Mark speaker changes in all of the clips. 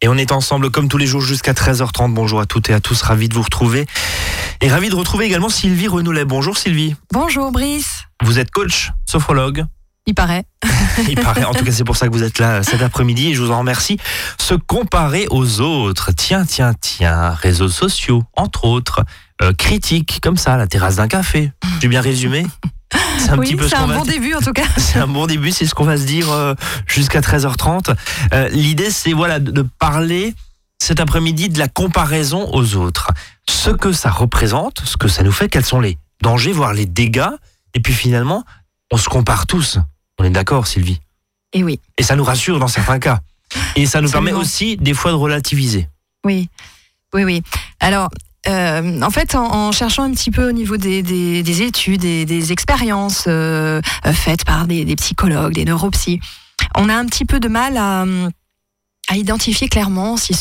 Speaker 1: Et on est ensemble comme tous les jours jusqu'à 13h30. Bonjour à toutes et à tous, ravi de vous retrouver. Et ravi de retrouver également Sylvie Renoulet. Bonjour Sylvie.
Speaker 2: Bonjour Brice.
Speaker 1: Vous êtes coach, sophrologue.
Speaker 2: Il paraît.
Speaker 1: Il paraît. En tout cas, c'est pour ça que vous êtes là cet après-midi et je vous en remercie. Se comparer aux autres. Tiens. Réseaux sociaux, entre autres. Critiques, comme ça, à la terrasse d'un café. J'ai bien résumé? C'est un petit peu
Speaker 2: c'est un bon début en tout cas.
Speaker 1: C'est un bon début, c'est ce qu'on va se dire jusqu'à 13h30. L'idée, c'est de parler cet après-midi de la comparaison aux autres. Ce que ça représente, ce que ça nous fait, quels sont les dangers, voire les dégâts. Et puis finalement, on se compare tous. On est d'accord, Sylvie?
Speaker 2: Et oui.
Speaker 1: Et ça nous rassure dans certains cas. Et ça nous permet aussi, des fois, de relativiser.
Speaker 2: Oui. Alors, en fait, en cherchant un petit peu au niveau des études et des expériences faites par des psychologues, des neuropsys, on a un petit peu de mal à identifier clairement si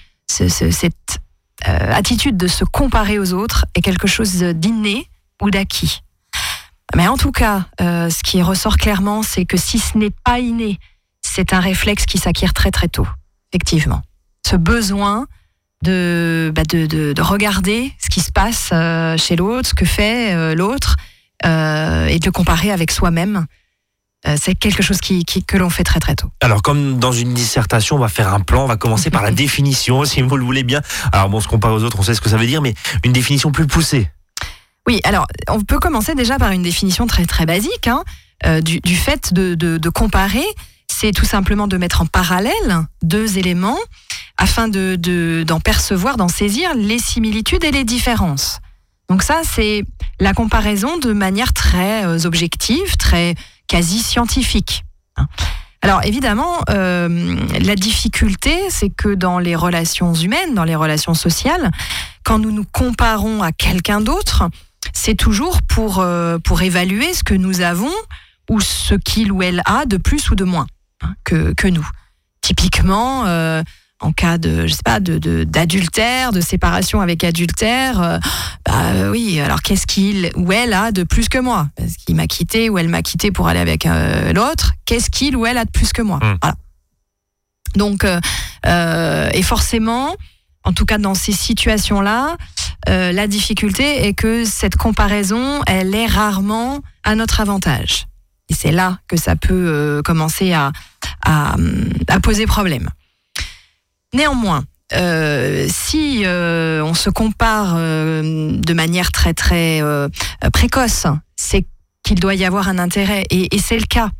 Speaker 2: cette attitude de se comparer aux autres est quelque chose d'inné ou d'acquis. Mais en tout cas, ce qui ressort clairement, c'est que si ce n'est pas inné, c'est un réflexe qui s'acquiert très très tôt, effectivement. Ce besoin de regarder ce qui se passe chez l'autre, ce que fait l'autre, et de le comparer avec soi-même, c'est quelque chose que l'on fait très très tôt.
Speaker 1: Alors comme dans une dissertation, on va faire un plan, on va commencer par la définition, si vous le voulez bien. Alors bon, se comparer aux autres, on sait ce que ça veut dire, mais une définition plus poussée.
Speaker 2: Oui, alors on peut commencer déjà par une définition très très basique du fait de comparer. C'est tout simplement de mettre en parallèle deux éléments afin d'en percevoir, d'en saisir les similitudes et les différences. Donc ça, c'est la comparaison de manière très objective, très quasi scientifique. Alors évidemment, la difficulté, c'est que dans les relations humaines, dans les relations sociales, quand nous nous comparons à quelqu'un d'autre, c'est toujours pour évaluer ce que nous avons ou ce qu'il ou elle a de plus ou de moins que nous. Typiquement, en cas d'adultère, de séparation avec adultère, oui, alors qu'est-ce qu'il ou elle a de plus que moi? Parce qu'il m'a quitté ou elle m'a quitté pour aller avec l'autre, qu'est-ce qu'il ou elle a de plus que moi? Voilà. Donc, et forcément, en tout cas dans ces situations-là, la difficulté est que cette comparaison, elle est rarement à notre avantage. Et c'est là que ça peut commencer à poser problème. Néanmoins, si on se compare de manière très très précoce, c'est qu'il doit y avoir un intérêt, et c'est le cas.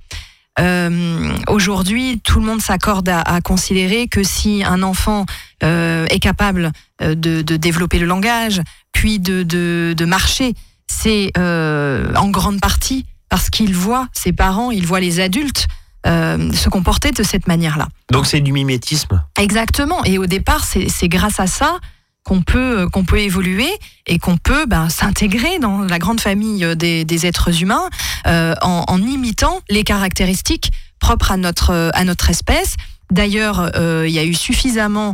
Speaker 2: Aujourd'hui, tout le monde s'accorde à considérer que si un enfant est capable de développer le langage, puis de marcher, c'est en grande partie parce qu'il voit ses parents, il voit les adultes se comporter de cette manière-là.
Speaker 1: Donc c'est du mimétisme.
Speaker 2: Exactement. Et au départ, c'est grâce à ça qu'on peut évoluer et qu'on peut s'intégrer dans la grande famille des êtres humains en imitant les caractéristiques propres à notre espèce. D'ailleurs, il y a eu suffisamment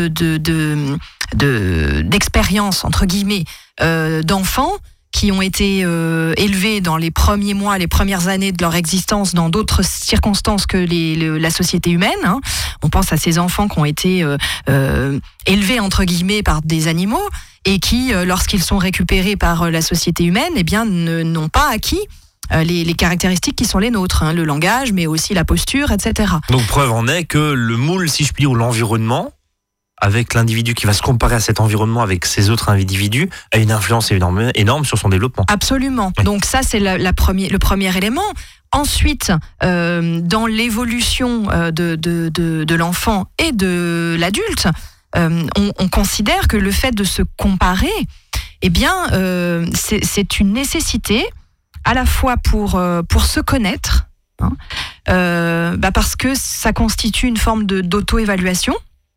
Speaker 2: d'expériences, entre guillemets, d'enfants qui ont été élevés dans les premiers mois, les premières années de leur existence dans d'autres circonstances que la société humaine. On pense à ces enfants qui ont été élevés, entre guillemets, par des animaux et qui, lorsqu'ils sont récupérés par la société humaine, n'ont pas acquis les caractéristiques qui sont les nôtres, le langage, mais aussi la posture, etc.
Speaker 1: Donc preuve en est que le moule, si je puis dire, ou l'environnement, avec l'individu qui va se comparer à cet environnement avec ces autres individus, a une influence énorme sur son développement.
Speaker 2: Absolument. Oui. Donc ça, c'est le premier élément. Ensuite, dans l'évolution de l'enfant et de l'adulte, on considère que le fait de se comparer, c'est une nécessité à la fois pour se connaître, parce que ça constitue une forme d'auto-évaluation.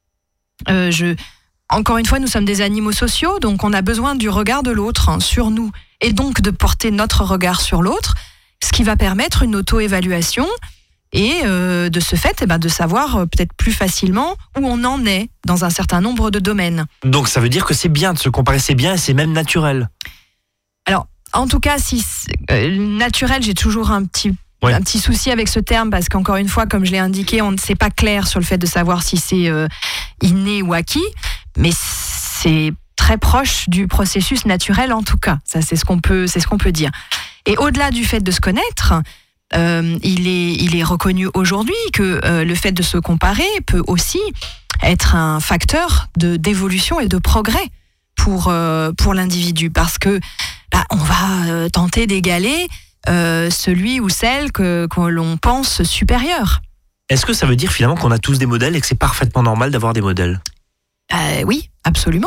Speaker 2: Encore une fois, nous sommes des animaux sociaux, donc on a besoin du regard de l'autre sur nous, et donc de porter notre regard sur l'autre, ce qui va permettre une auto-évaluation et de ce fait, de savoir peut-être plus facilement où on en est dans un certain nombre de domaines.
Speaker 1: Donc ça veut dire que c'est bien de se comparer, c'est bien et c'est même naturel.
Speaker 2: Alors, en tout cas, si naturel, j'ai toujours un petit
Speaker 1: Ouais.
Speaker 2: un petit souci avec ce terme parce qu'encore une fois, comme je l'ai indiqué, on ne sait pas clair sur le fait de savoir si c'est inné ou acquis, mais c'est très proche du processus naturel en tout cas. Ça, c'est ce qu'on peut dire. Et au-delà du fait de se connaître, il est reconnu aujourd'hui que le fait de se comparer peut aussi être un facteur d'évolution et de progrès pour l'individu, parce que on va tenter d'égaler celui ou celle que l'on pense supérieur.
Speaker 1: Est-ce que ça veut dire finalement qu'on a tous des modèles et que c'est parfaitement normal d'avoir des modèles ?
Speaker 2: Oui, absolument.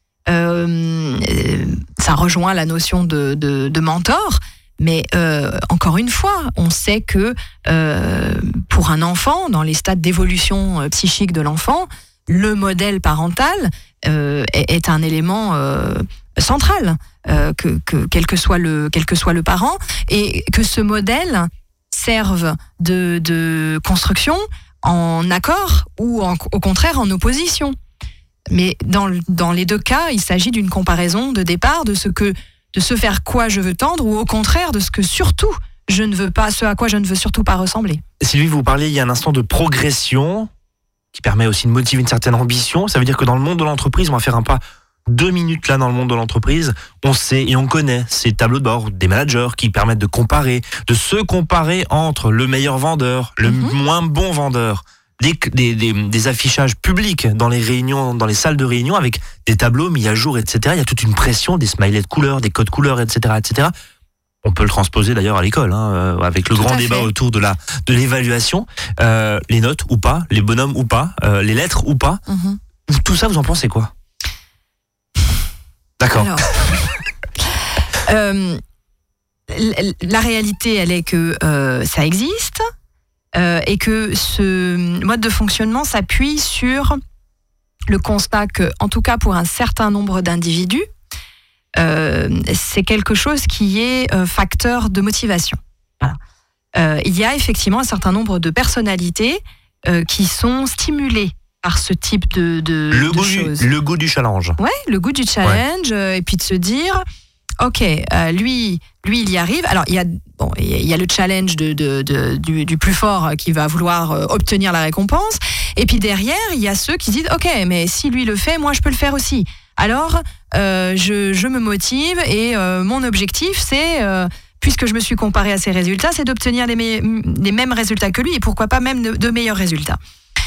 Speaker 2: Ça rejoint la notion de mentor, mais encore une fois, on sait que pour un enfant, dans les stades d'évolution psychique de l'enfant, le modèle parental est un élément central, quel que soit le parent, et que ce modèle serve de construction en accord ou au contraire en opposition. Mais dans les deux cas, il s'agit d'une comparaison de départ de ce vers quoi je veux tendre, ou au contraire de ce que surtout je ne veux pas, ce à quoi je ne veux surtout pas ressembler.
Speaker 1: Sylvie, vous parliez il y a un instant de progression qui permet aussi de motiver une certaine ambition. Ça veut dire que dans le monde de l'entreprise, on va faire un pas 2 minutes là dans le monde de l'entreprise. On sait et on connaît ces tableaux de bord des managers qui permettent de se comparer entre le meilleur vendeur, le moins bon vendeur. Des affichages publics dans les réunions, dans les salles de réunion avec des tableaux mis à jour, etc. Il y a toute une pression, des smileys de couleurs, des codes couleurs, etc., etc. On peut le transposer d'ailleurs à l'école, avec le grand débat autour de l'évaluation, les notes ou pas, les bonhommes ou pas, les lettres ou pas. Tout ça, vous en pensez quoi ? D'accord.
Speaker 2: Alors, la réalité, elle est que ça existe. Et que ce mode de fonctionnement s'appuie sur le constat que, en tout cas pour un certain nombre d'individus, c'est quelque chose qui est facteur de motivation. Voilà. Il y a effectivement un certain nombre de personnalités qui sont stimulées par ce type de choses.
Speaker 1: Le goût du challenge.
Speaker 2: Ouais, le goût du challenge, et puis de se dire... Ok, lui, il y arrive. Alors, il y a le challenge du plus fort qui va vouloir obtenir la récompense. Et puis derrière, il y a ceux qui disent, ok, mais si lui le fait, moi, je peux le faire aussi. Alors, je me motive et mon objectif, c'est, puisque je me suis comparé à ses résultats, c'est d'obtenir les mêmes résultats que lui et pourquoi pas même de meilleurs résultats.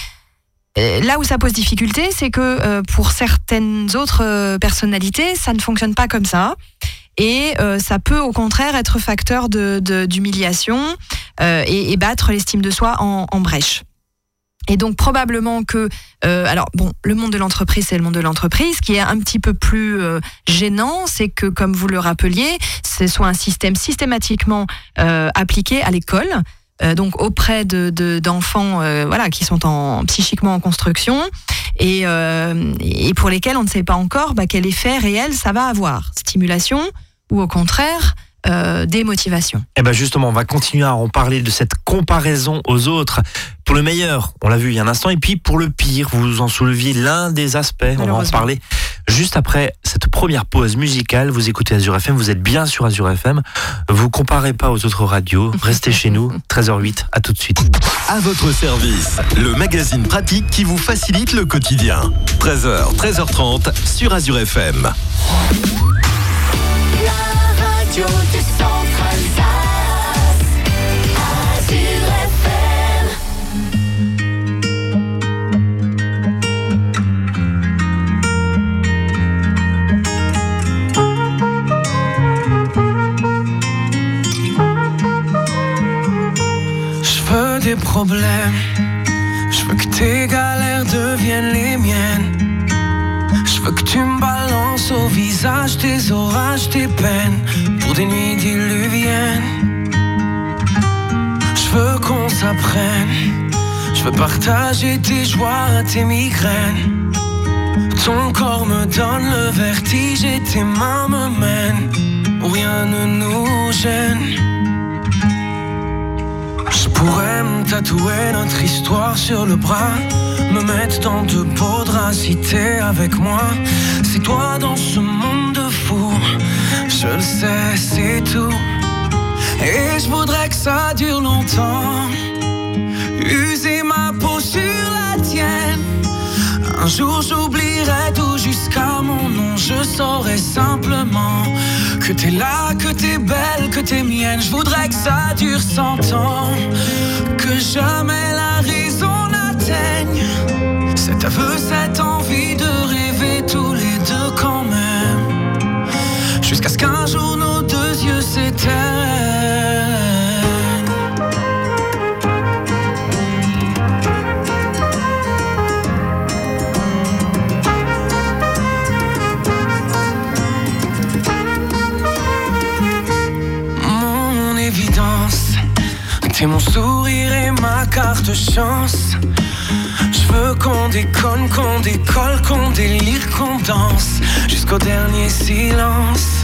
Speaker 2: Là où ça pose difficulté, c'est que pour certaines autres personnalités, ça ne fonctionne pas comme ça. Et ça peut au contraire être facteur d'humiliation et battre l'estime de soi en brèche. Et donc probablement que... le monde de l'entreprise, c'est le monde de l'entreprise. Ce qui est un petit peu plus gênant, c'est que, comme vous le rappeliez, ce soit un système systématiquement appliqué à l'école, donc auprès d'enfants qui sont psychiquement en construction et pour lesquels on ne sait pas encore quel effet réel ça va avoir. Stimulation ou au contraire démotivation.
Speaker 1: Et bien justement, on va continuer à en parler de cette comparaison aux autres. Pour le meilleur, on l'a vu il y a un instant, et puis pour le pire, vous en souleviez l'un des aspects. On va en parler juste après cette première pause musicale. Vous écoutez Azure FM, vous êtes bien sur Azure FM. Vous comparez pas aux autres radios. Restez chez nous, 13h08, à tout de suite.
Speaker 3: À votre service, le magazine pratique qui vous facilite le quotidien. 13h, 13h30 sur Azure FM.
Speaker 4: La radio du centre Alsace, Azure FM.
Speaker 5: Je veux des problèmes, je veux que tes galères deviennent les miennes. Je veux que tu me balances au visage tes orages, tes peines, pour des nuits diluviennes. Je veux qu'on s'apprenne, je veux partager tes joies, tes migraines. Ton corps me donne le vertige et tes mains me mènent où rien ne nous gêne. Je pourrais me tatouer notre histoire sur le bras, me mettre dans de beaux draps si t'es avec moi. C'est toi dans ce monde de fous, je le sais, c'est tout. Et je voudrais que ça dure longtemps. User ma peau sur la tienne. Un jour j'oublierai tout jusqu'à mon nom. Je saurai simplement que t'es là, que t'es belle, que t'es mienne. Je voudrais que ça dure 100 ans. Que jamais la raison n'atteigne cet aveu, cette envie de rêver tous les deux quand même. Jusqu'à ce qu'un jour nos deux yeux s'éteignent. Mon évidence, t'es mon sourire et ma carte chance. Je veux qu'on déconne, qu'on décolle, qu'on délire, qu'on danse jusqu'au dernier silence.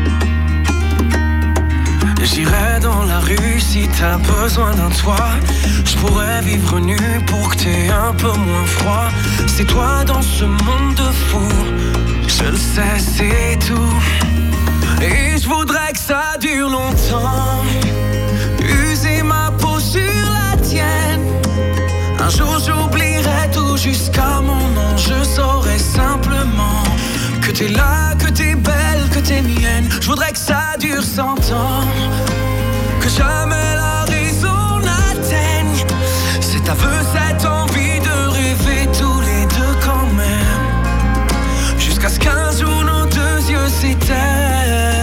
Speaker 5: J'irai dans la rue si t'as besoin d'un toit. Je pourrais vivre nu pour que t'aies un peu moins froid. C'est toi dans ce monde de fous, je le sais, c'est tout. Et je voudrais que ça dure longtemps. User ma peau sur la tienne. Un jour j'oublierai tout jusqu'à mon nom. Je saurai simplement que t'es là, que t'es belle, que t'es mienne. Je voudrais que ça dure 100 ans. Que jamais la raison n'atteigne cet aveu, cette envie de rêver tous les deux quand même. Jusqu'à ce qu'un jour nos deux yeux s'éteignent.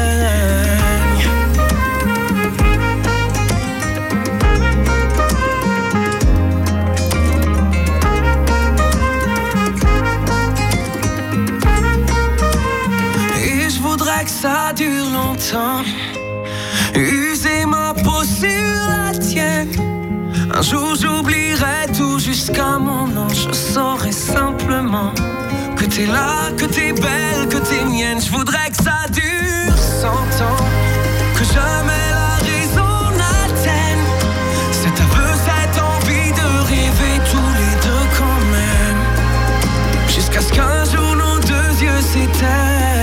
Speaker 5: Que ça dure longtemps. User ma peau sur la tienne. Un jour j'oublierai tout jusqu'à mon nom. Je saurai simplement que t'es là, que t'es belle, que t'es mienne. Je voudrais que ça dure 100 ans. Que jamais la raison n'atteigne cet aveu, cette envie de rêver tous les deux quand même. Jusqu'à ce qu'un jour nos deux yeux s'éteignent.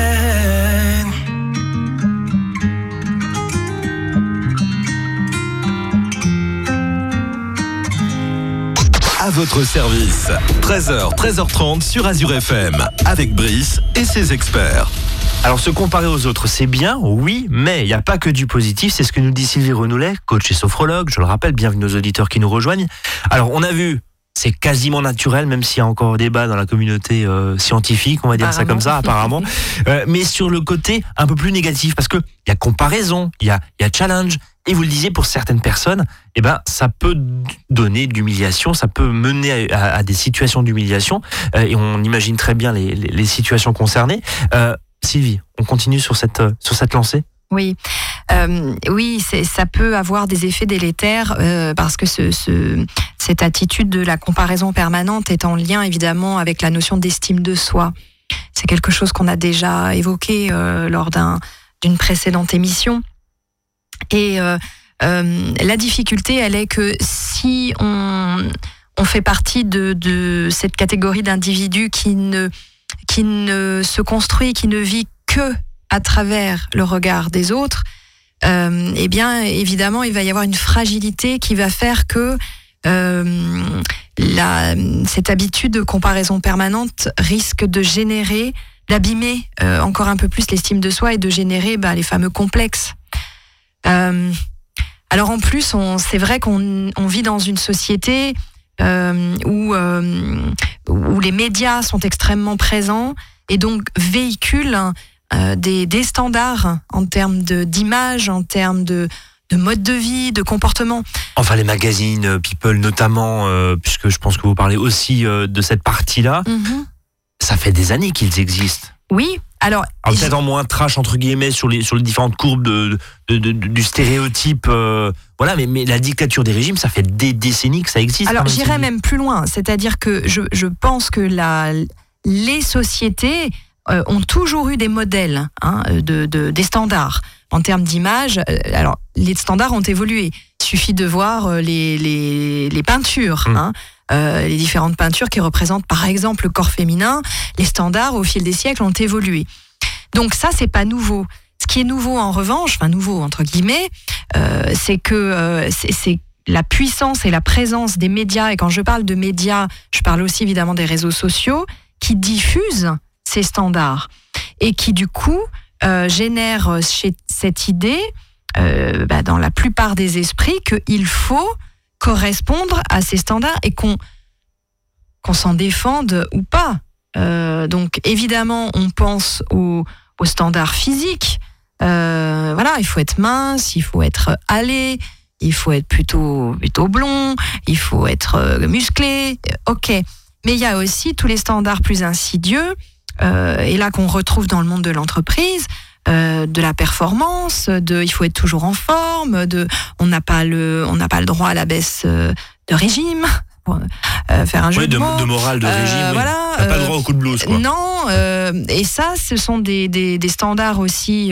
Speaker 3: À votre service, 13h, 13h30 sur Azure FM, avec Brice et ses experts.
Speaker 1: Alors se comparer aux autres, c'est bien, oui, mais il n'y a pas que du positif, c'est ce que nous dit Sylvie Renoulet, coach et sophrologue, je le rappelle, bienvenue aux auditeurs qui nous rejoignent. Alors on a vu, c'est quasiment naturel, même s'il y a encore débat dans la communauté scientifique, on va dire ça comme ça, apparemment. Mais sur le côté un peu plus négatif, parce qu'il y a comparaison, il y a challenge, et vous le disiez, pour certaines personnes, eh ben, ça peut donner de l'humiliation, ça peut mener à des situations d'humiliation, et on imagine très bien les situations concernées. Sylvie, on continue sur cette lancée ?
Speaker 2: Oui, oui, ça peut avoir des effets délétères parce que cette attitude de la comparaison permanente est en lien évidemment avec la notion d'estime de soi. C'est quelque chose qu'on a déjà évoqué lors d'une précédente émission. Et la difficulté, elle est que si on fait partie de cette catégorie d'individus qui ne se construit, qui ne vit que à travers le regard des autres, eh bien, évidemment, il va y avoir une fragilité qui va faire que cette habitude de comparaison permanente risque de générer, d'abîmer encore un peu plus l'estime de soi et de générer les fameux complexes. Alors en plus, c'est vrai qu'on vit dans une société où les médias sont extrêmement présents et donc véhiculent des standards en termes d'image, en termes de mode de vie, de comportement.
Speaker 1: Enfin, les magazines People notamment, puisque je pense que vous parlez aussi de cette partie-là, ça fait des années qu'ils existent.
Speaker 2: Oui, alors
Speaker 1: peut-être en moins trash entre guillemets sur les différentes courbes du stéréotype, voilà, mais la dictature des régimes, ça fait des décennies que ça existe.
Speaker 2: Alors j'irais même plus loin, c'est-à-dire que je pense que les sociétés ont toujours eu des modèles, des standards en termes d'image. Alors les standards ont évolué. Il suffit de voir les peintures. Les différentes peintures qui représentent par exemple le corps féminin, les standards au fil des siècles ont évolué. Donc ça, c'est pas nouveau. Ce qui est nouveau en revanche, enfin nouveau entre guillemets, c'est que c'est la puissance et la présence des médias, et quand je parle de médias, je parle aussi évidemment des réseaux sociaux, qui diffusent ces standards et qui du coup génèrent cette idée dans la plupart des esprits qu'il faut correspondre à ces standards et qu'on s'en défende ou pas. Donc évidemment, on pense aux standards physiques. Il faut être mince, il faut être allé, il faut être plutôt blond, il faut être musclé. Ok, mais il y a aussi tous les standards plus insidieux, et là qu'on retrouve dans le monde de l'entreprise. De la performance, il faut être toujours en forme, on n'a pas le droit à la baisse de régime, faire un jeu de mots.
Speaker 1: De morale, de régime. On n'a pas le droit au coup de blues, quoi.
Speaker 2: Non, et ça, ce sont des standards aussi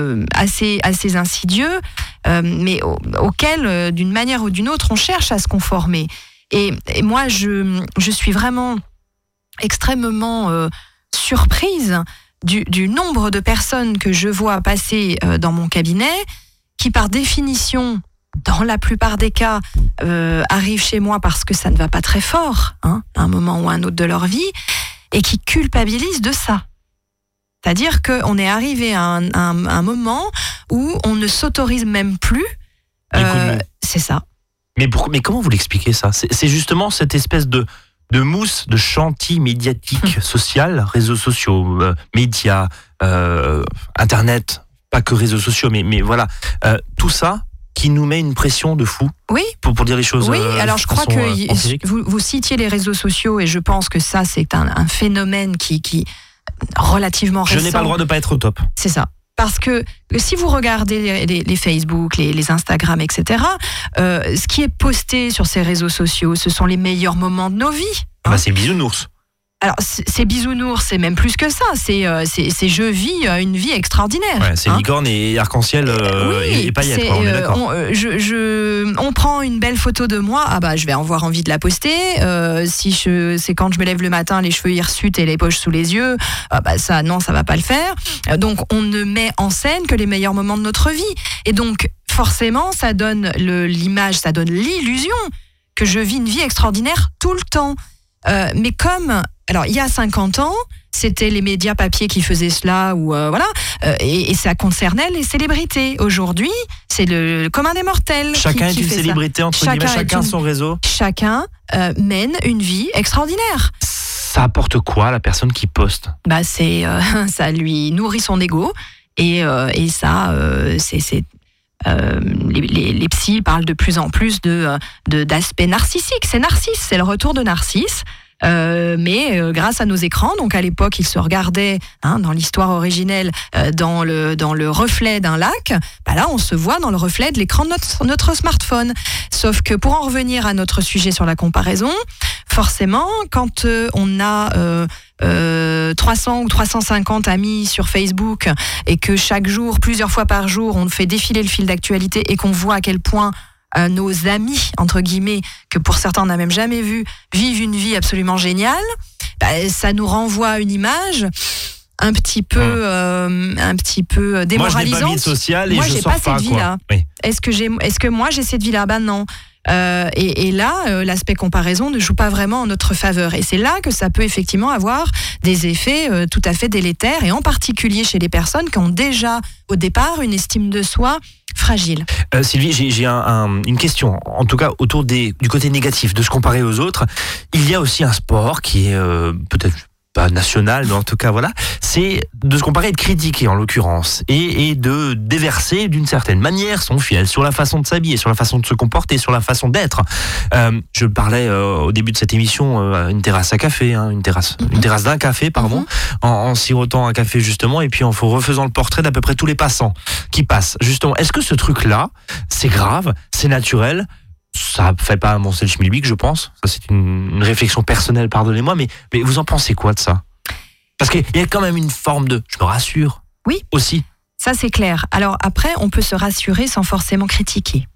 Speaker 2: assez insidieux, mais auxquels, d'une manière ou d'une autre, on cherche à se conformer. Et moi, je suis vraiment extrêmement surprise du nombre de personnes que je vois passer dans mon cabinet, qui par définition, dans la plupart des cas, arrivent chez moi parce que ça ne va pas très fort, à un moment ou à un autre de leur vie, et qui culpabilisent de ça. C'est-à-dire qu'on est arrivé à un moment où on ne s'autorise même plus. C'est ça.
Speaker 1: Mais comment vous l'expliquez ça ? C'est justement cette espèce de mousse, de chantilly médiatique, social, réseaux sociaux, médias, Internet, pas que réseaux sociaux, mais voilà, tout ça qui nous met une pression de fou.
Speaker 2: Oui.
Speaker 1: Pour dire les choses.
Speaker 2: Oui, alors je crois que vous citiez les réseaux sociaux, et je pense que ça, c'est un phénomène qui relativement récent.
Speaker 1: Je n'ai pas le droit de pas être au top.
Speaker 2: C'est ça. Parce que si vous regardez les Facebook, les Instagram, etc., ce qui est posté sur ces réseaux sociaux, ce sont les meilleurs moments de nos vies.
Speaker 1: C'est bisounours.
Speaker 2: Alors, c'est bisounours, c'est même plus que ça. C'est je vis une vie extraordinaire.
Speaker 1: Ouais, c'est licorne et arc-en-ciel et paillettes, on est d'accord.
Speaker 2: On prend une belle photo de moi, je vais avoir envie de la poster. C'est quand je me lève le matin, les cheveux hirsutes et les poches sous les yeux, ça va pas le faire. Donc, on ne met en scène que les meilleurs moments de notre vie. Et donc, forcément, ça donne l'image, ça donne l'illusion que je vis une vie extraordinaire tout le temps. Mais il y a 50 ans, c'était les médias papier qui faisaient cela, et ça concernait les célébrités. Aujourd'hui, c'est le commun des mortels.
Speaker 1: Chacun
Speaker 2: qui
Speaker 1: est une
Speaker 2: fait
Speaker 1: célébrité,
Speaker 2: ça.
Speaker 1: entre guillemets, chacun son réseau.
Speaker 2: Chacun mène une vie extraordinaire.
Speaker 1: Ça apporte quoi à la personne qui poste ?
Speaker 2: Ça lui nourrit son ego, et ça, les psys parlent de plus en plus d'aspect narcissique. C'est Narcisse, c'est le retour de Narcisse. Mais grâce à nos écrans, donc à l'époque ils se regardaient dans l'histoire originelle dans le reflet d'un lac, là on se voit dans le reflet de l'écran de notre smartphone. Sauf que pour en revenir à notre sujet sur la comparaison, forcément quand on a 300 ou 350 amis sur Facebook et que chaque jour, plusieurs fois par jour, on fait défiler le fil d'actualité et qu'on voit à quel point nos amis, entre guillemets, que pour certains on n'a même jamais vu, vivent une vie absolument géniale, ça nous renvoie une image un petit peu démoralisante.
Speaker 1: Moi, je n'ai pas vie sociale et
Speaker 2: moi,
Speaker 1: je
Speaker 2: j'ai
Speaker 1: sors
Speaker 2: pas cette vie-là.
Speaker 1: Oui.
Speaker 2: Est-ce que moi j'ai cette vie-là ? Non. Et là, l'aspect comparaison ne joue pas vraiment en notre faveur. Et c'est là que ça peut effectivement avoir des effets tout à fait délétères, et en particulier chez les personnes qui ont déjà, au départ, une estime de soi fragile.
Speaker 1: Sylvie, j'ai une question, en tout cas autour du côté négatif, de se comparer aux autres. Il y a aussi un sport qui est peut-être pas national, mais en tout cas voilà, c'est de se comparer et de critiquer en l'occurrence, et de déverser d'une certaine manière son fiel sur la façon de s'habiller, sur la façon de se comporter, sur la façon d'être. Je parlais au début de cette émission une terrasse à café, une terrasse d'un café, pardon, en sirotant un café justement, et puis en refaisant le portrait d'à peu près tous les passants qui passent. Justement, est-ce que ce truc-là, c'est grave, c'est naturel? Ça ne fait pas avancer le schmilblick, je pense. Ça, c'est une réflexion personnelle, pardonnez-moi, mais vous en pensez quoi de ça? Parce qu'il y a quand même une forme de... Je me rassure.
Speaker 2: Oui. Aussi. Ça, c'est clair. Alors après, on peut se rassurer sans forcément critiquer.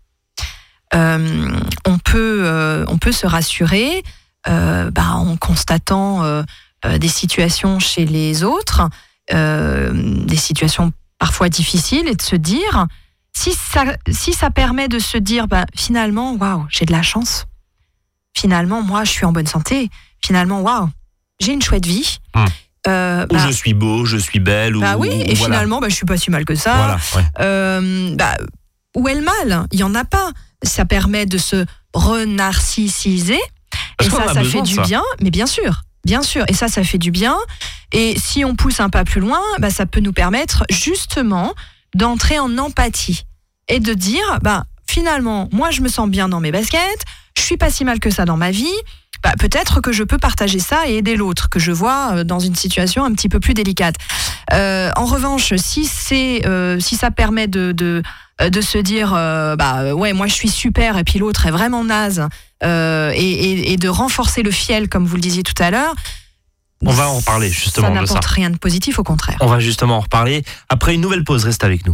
Speaker 2: On peut se rassurer en constatant des situations chez les autres, des situations parfois difficile, et de se dire, si ça permet de se dire, finalement, waouh, j'ai de la chance. Finalement, moi, je suis en bonne santé. Finalement, waouh, j'ai une chouette vie.
Speaker 1: Ou je suis beau, je suis belle.
Speaker 2: Oui, et voilà. Finalement, je suis pas si mal que ça.
Speaker 1: Voilà, ouais.
Speaker 2: Où est le mal ? Il y en a pas. Ça permet de se renarcissiser. Et ça fait du bien. Mais bien sûr. Et ça fait du bien. Et si on pousse un pas plus loin, ça peut nous permettre justement d'entrer en empathie et de dire, finalement, moi, je me sens bien dans mes baskets. Je suis pas si mal que ça dans ma vie. Peut-être que je peux partager ça et aider l'autre, que je vois dans une situation un petit peu plus délicate. En revanche, si ça permet de se dire, ouais, moi je suis super et puis l'autre est vraiment naze, et de renforcer le fiel, comme vous le disiez tout à l'heure.
Speaker 1: On va en reparler justement de ça.
Speaker 2: Ça n'apporte rien de positif, au contraire.
Speaker 1: On va justement en reparler après une nouvelle pause. Reste avec nous.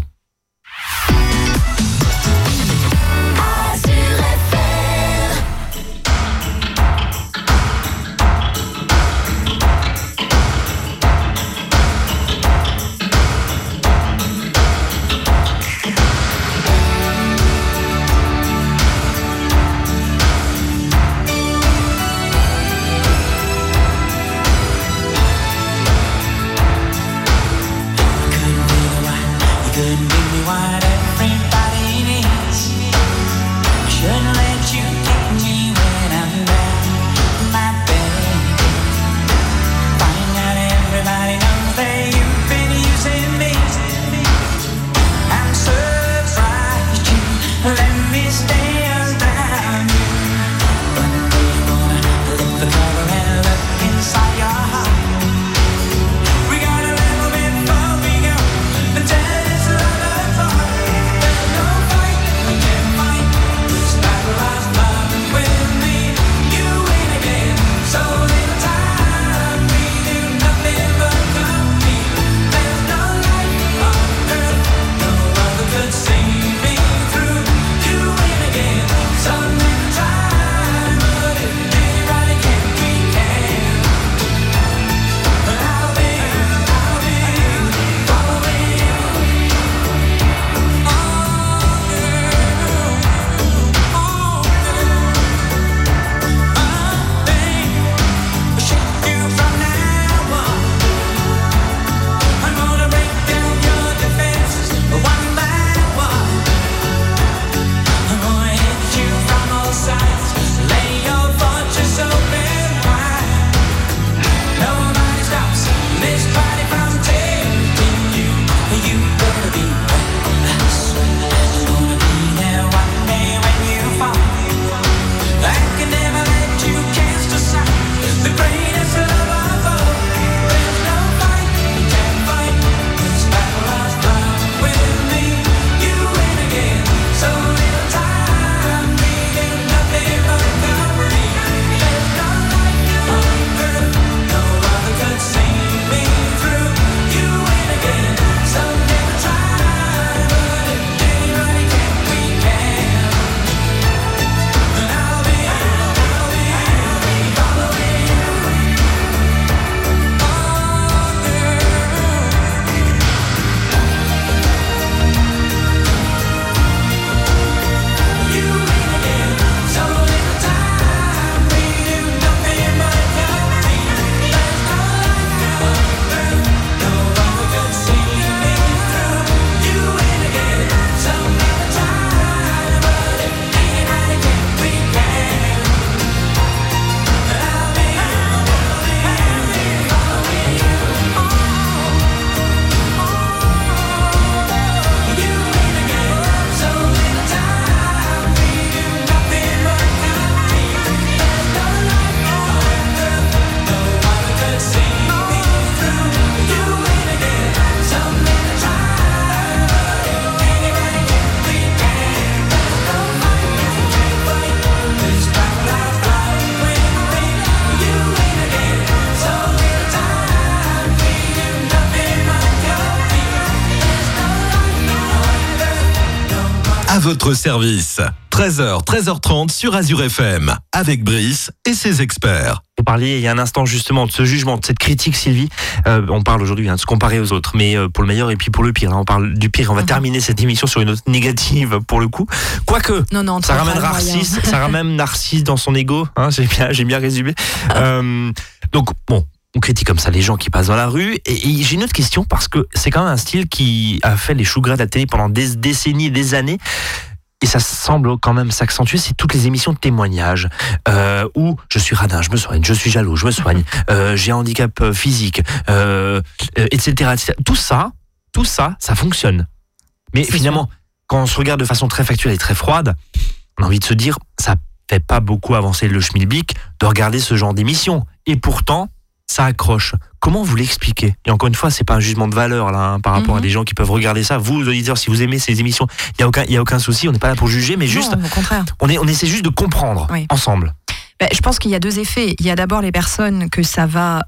Speaker 5: Couldn't be me wide every
Speaker 3: votre service. 13h, 13h30 sur Azure FM, avec Brice et ses experts.
Speaker 1: Vous parliez il y a un instant justement de ce jugement, de cette critique, Sylvie. On parle aujourd'hui de se comparer aux autres, mais pour le meilleur et puis pour le pire. Là, on parle du pire. On va terminer cette émission sur une note négative pour le coup. Quoique,
Speaker 2: Non,
Speaker 1: ça ramène Narcisse dans son ego. Hein, j'ai bien résumé. Donc bon. On critique comme ça les gens qui passent dans la rue. Et j'ai une autre question parce que c'est quand même un style qui a fait les choux gras de la télé pendant des décennies et des années. Et ça semble quand même s'accentuer, c'est toutes les émissions de témoignages où je suis radin, je me soigne, je suis jaloux, je me soigne, j'ai un handicap physique, etc., etc. Tout ça, ça fonctionne. Mais finalement, quand on se regarde de façon très factuelle et très froide, on a envie de se dire, ça fait pas beaucoup avancer le schmilblick de regarder ce genre d'émissions. Et pourtant, ça accroche. Comment vous l'expliquez ? Et encore une fois, c'est pas un jugement de valeur là, par rapport à des gens qui peuvent regarder ça. Vous, auditeurs, si vous aimez ces émissions, il y a aucun souci. On n'est pas là pour juger, mais juste,
Speaker 2: non, au contraire.
Speaker 1: On essaie juste de comprendre ensemble.
Speaker 2: Je pense qu'il y a deux effets. Il y a d'abord les personnes que ça va,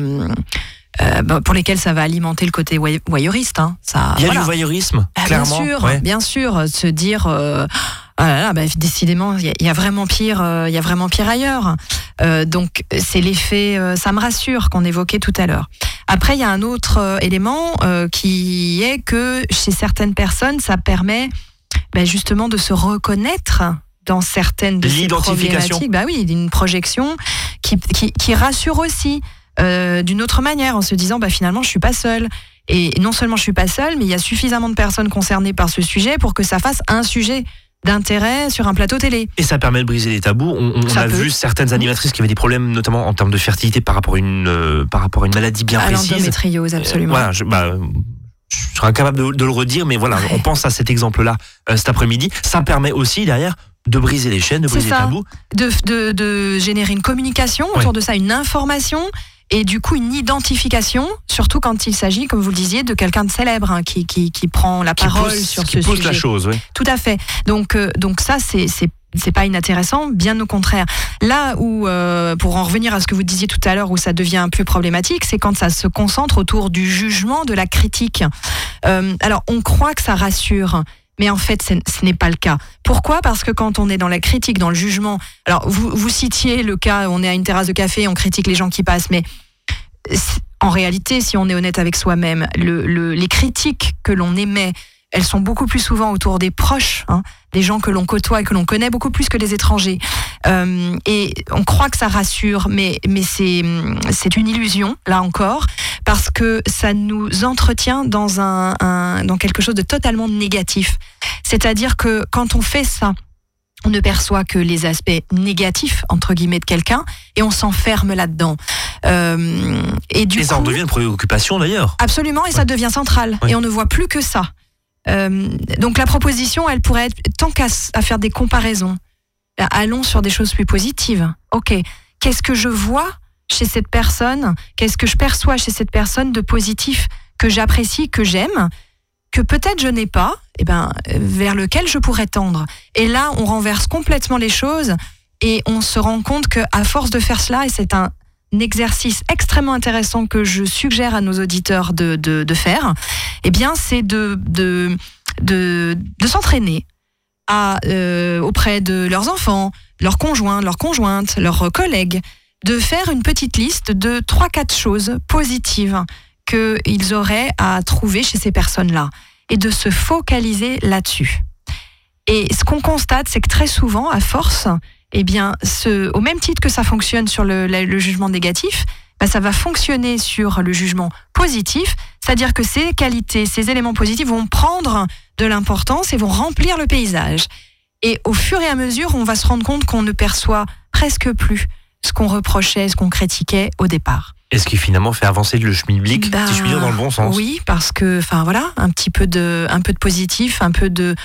Speaker 2: pour lesquelles ça va alimenter le côté voyeuriste. Hein. Ça,
Speaker 1: il y a du voyeurisme, clairement.
Speaker 2: Bien sûr, se dire. Décidément, il y a vraiment pire ailleurs. Donc c'est l'effet, ça me rassure qu'on évoquait tout à l'heure. Après, il y a un autre élément qui est que chez certaines personnes, ça permet justement de se reconnaître dans certaines de ces problématiques. Une projection qui rassure aussi d'une autre manière, en se disant finalement je suis pas seule. Et non seulement je suis pas seule, mais il y a suffisamment de personnes concernées par ce sujet pour que ça fasse un sujet d'intérêt sur un plateau télé.
Speaker 1: Et ça permet de briser les tabous. On a vu certaines animatrices qui avaient des problèmes, notamment en termes de fertilité par rapport à une maladie bien précise.
Speaker 2: L'endométriose, absolument.
Speaker 1: Je serai incapable de le redire, mais voilà, on pense à cet exemple-là cet après-midi. Ça permet aussi derrière de briser les chaînes, de briser les tabous.
Speaker 2: De générer une communication autour de ça, une information. Et du coup, une identification, surtout quand il s'agit, comme vous le disiez, de quelqu'un de célèbre qui prend la parole sur ce sujet.
Speaker 1: Qui pousse la chose, oui.
Speaker 2: Tout à fait. Donc ça, c'est pas inintéressant, bien au contraire. Là où, pour en revenir à ce que vous disiez tout à l'heure, où ça devient plus problématique, c'est quand ça se concentre autour du jugement, de la critique. Alors, on croit que ça rassure. Mais en fait, ce n'est pas le cas. Pourquoi ? Parce que quand on est dans la critique, dans le jugement... Alors, vous citiez le cas, on est à une terrasse de café, on critique les gens qui passent, mais en réalité, si on est honnête avec soi-même, les critiques que l'on émet, elles sont beaucoup plus souvent autour des proches, des gens que l'on côtoie et que l'on connaît beaucoup plus que les étrangers. Et on croit que ça rassure, mais c'est une illusion, là encore, parce que ça nous entretient dans dans quelque chose de totalement négatif. C'est-à-dire que quand on fait ça, on ne perçoit que les aspects négatifs, entre guillemets, de quelqu'un, et on s'enferme là-dedans. Et
Speaker 1: ça en devient une préoccupation d'ailleurs.
Speaker 2: Absolument, et ça devient central. Et on ne voit plus que ça. Donc la proposition, elle pourrait être, tant qu'à faire des comparaisons, allons sur des choses plus positives. Ok, qu'est-ce que je vois chez cette personne ? Qu'est-ce que je perçois chez cette personne de positif que j'apprécie, que j'aime, que peut-être je n'ai pas, vers lequel je pourrais tendre. Et là, on renverse complètement les choses et on se rend compte qu'à force de faire cela, et c'est un exercice extrêmement intéressant que je suggère à nos auditeurs de faire, c'est de s'entraîner auprès de leurs enfants, leurs conjoints, leurs conjointes, leurs collègues, de faire une petite liste de 3-4 choses positives qu'ils auraient à trouver chez ces personnes-là et de se focaliser là-dessus. Et ce qu'on constate, c'est que très souvent, à force, au même titre que ça fonctionne sur le jugement négatif, ça va fonctionner sur le jugement positif, c'est-à-dire que ces qualités, ces éléments positifs vont prendre de l'importance et vont remplir le paysage. Et au fur et à mesure, on va se rendre compte qu'on ne perçoit presque plus ce qu'on reprochait, ce qu'on critiquait au départ.
Speaker 1: Et ce qui finalement fait avancer le schmilblick, si je puis dire, dans le bon sens.
Speaker 2: Oui, parce que, un peu de positif, un peu de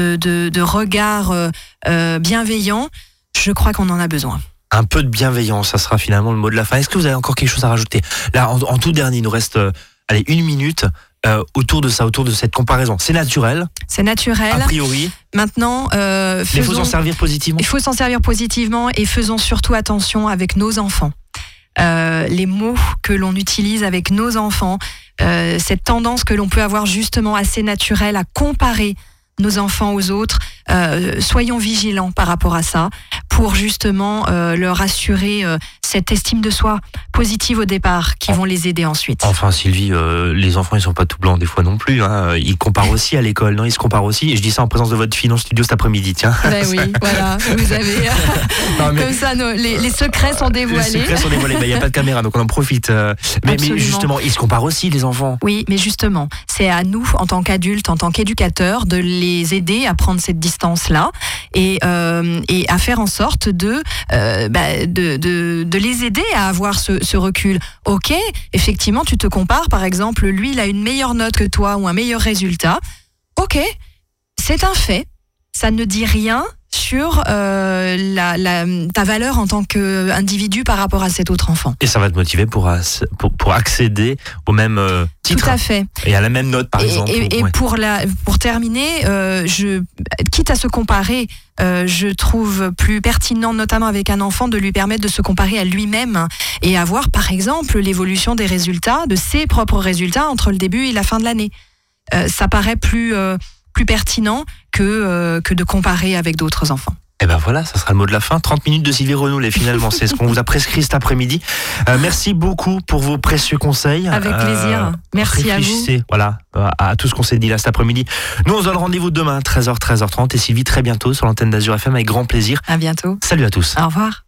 Speaker 2: regard bienveillant, je crois qu'on en a besoin.
Speaker 1: Un peu de bienveillance, ça sera finalement le mot de la fin. Est-ce que vous avez encore quelque chose à rajouter ? Là, en tout dernier, il nous reste 1 minute autour de ça, autour de cette comparaison. C'est naturel.
Speaker 2: C'est naturel.
Speaker 1: A priori.
Speaker 2: Maintenant,
Speaker 1: mais il faut s'en servir positivement.
Speaker 2: Il faut s'en servir positivement et faisons surtout attention avec nos enfants. Les mots que l'on utilise avec nos enfants, cette tendance que l'on peut avoir justement assez naturelle à comparer nos enfants aux autres, soyons vigilants par rapport à ça pour justement leur assurer cette estime de soi positive au départ qui vont les aider ensuite.
Speaker 1: Enfin Sylvie, les enfants ils sont pas tout blancs des fois non plus, hein. Ils comparent aussi à l'école, non? Ils se comparent aussi, et je dis ça en présence de votre fille dans le studio cet après-midi, tiens.
Speaker 2: Ben oui, voilà, vous avez
Speaker 1: Non, mais-
Speaker 2: comme ça les secrets sont
Speaker 1: Les
Speaker 2: dévoilés.
Speaker 1: secrets sont dévoilés, il n'y a pas de caméra donc on en profite. Mais
Speaker 2: Absolument.
Speaker 1: justement, ils se comparent aussi les enfants.
Speaker 2: Oui, mais justement, c'est à nous, en tant qu'adultes, en tant qu'éducateurs, de les aider à prendre cette distance-là et à faire en sorte de les aider à avoir ce recul. Ok, effectivement, tu te compares, par exemple, lui, il a une meilleure note que toi ou un meilleur résultat. Ok, c'est un fait. Ça ne dit rien sur ta valeur en tant qu'individu par rapport à cet autre enfant.
Speaker 1: Et ça va te motiver pour accéder au même titre.
Speaker 2: Tout à fait.
Speaker 1: Et à la même note, par exemple.
Speaker 2: Et
Speaker 1: Ouais.
Speaker 2: pour terminer, quitte à se comparer, je trouve plus pertinent, notamment avec un enfant, de lui permettre de se comparer à lui-même et avoir, par exemple, l'évolution des résultats, de ses propres résultats entre le début et la fin de l'année. Ça paraît plus pertinent que de comparer avec d'autres enfants.
Speaker 1: Et ben voilà, ça sera le mot de la fin. 30 minutes de Sylvie Renoulet, finalement, c'est ce qu'on vous a prescrit cet après-midi. Merci beaucoup pour vos précieux conseils.
Speaker 2: Avec plaisir. Merci à vous.
Speaker 1: Réfléchissez, voilà, à tout ce qu'on s'est dit là cet après-midi. Nous, on se donne rendez-vous demain, 13h, 13h30. Et Sylvie, très bientôt sur l'antenne d'Azur FM avec grand plaisir.
Speaker 2: À bientôt.
Speaker 1: Salut à tous.
Speaker 2: Au revoir.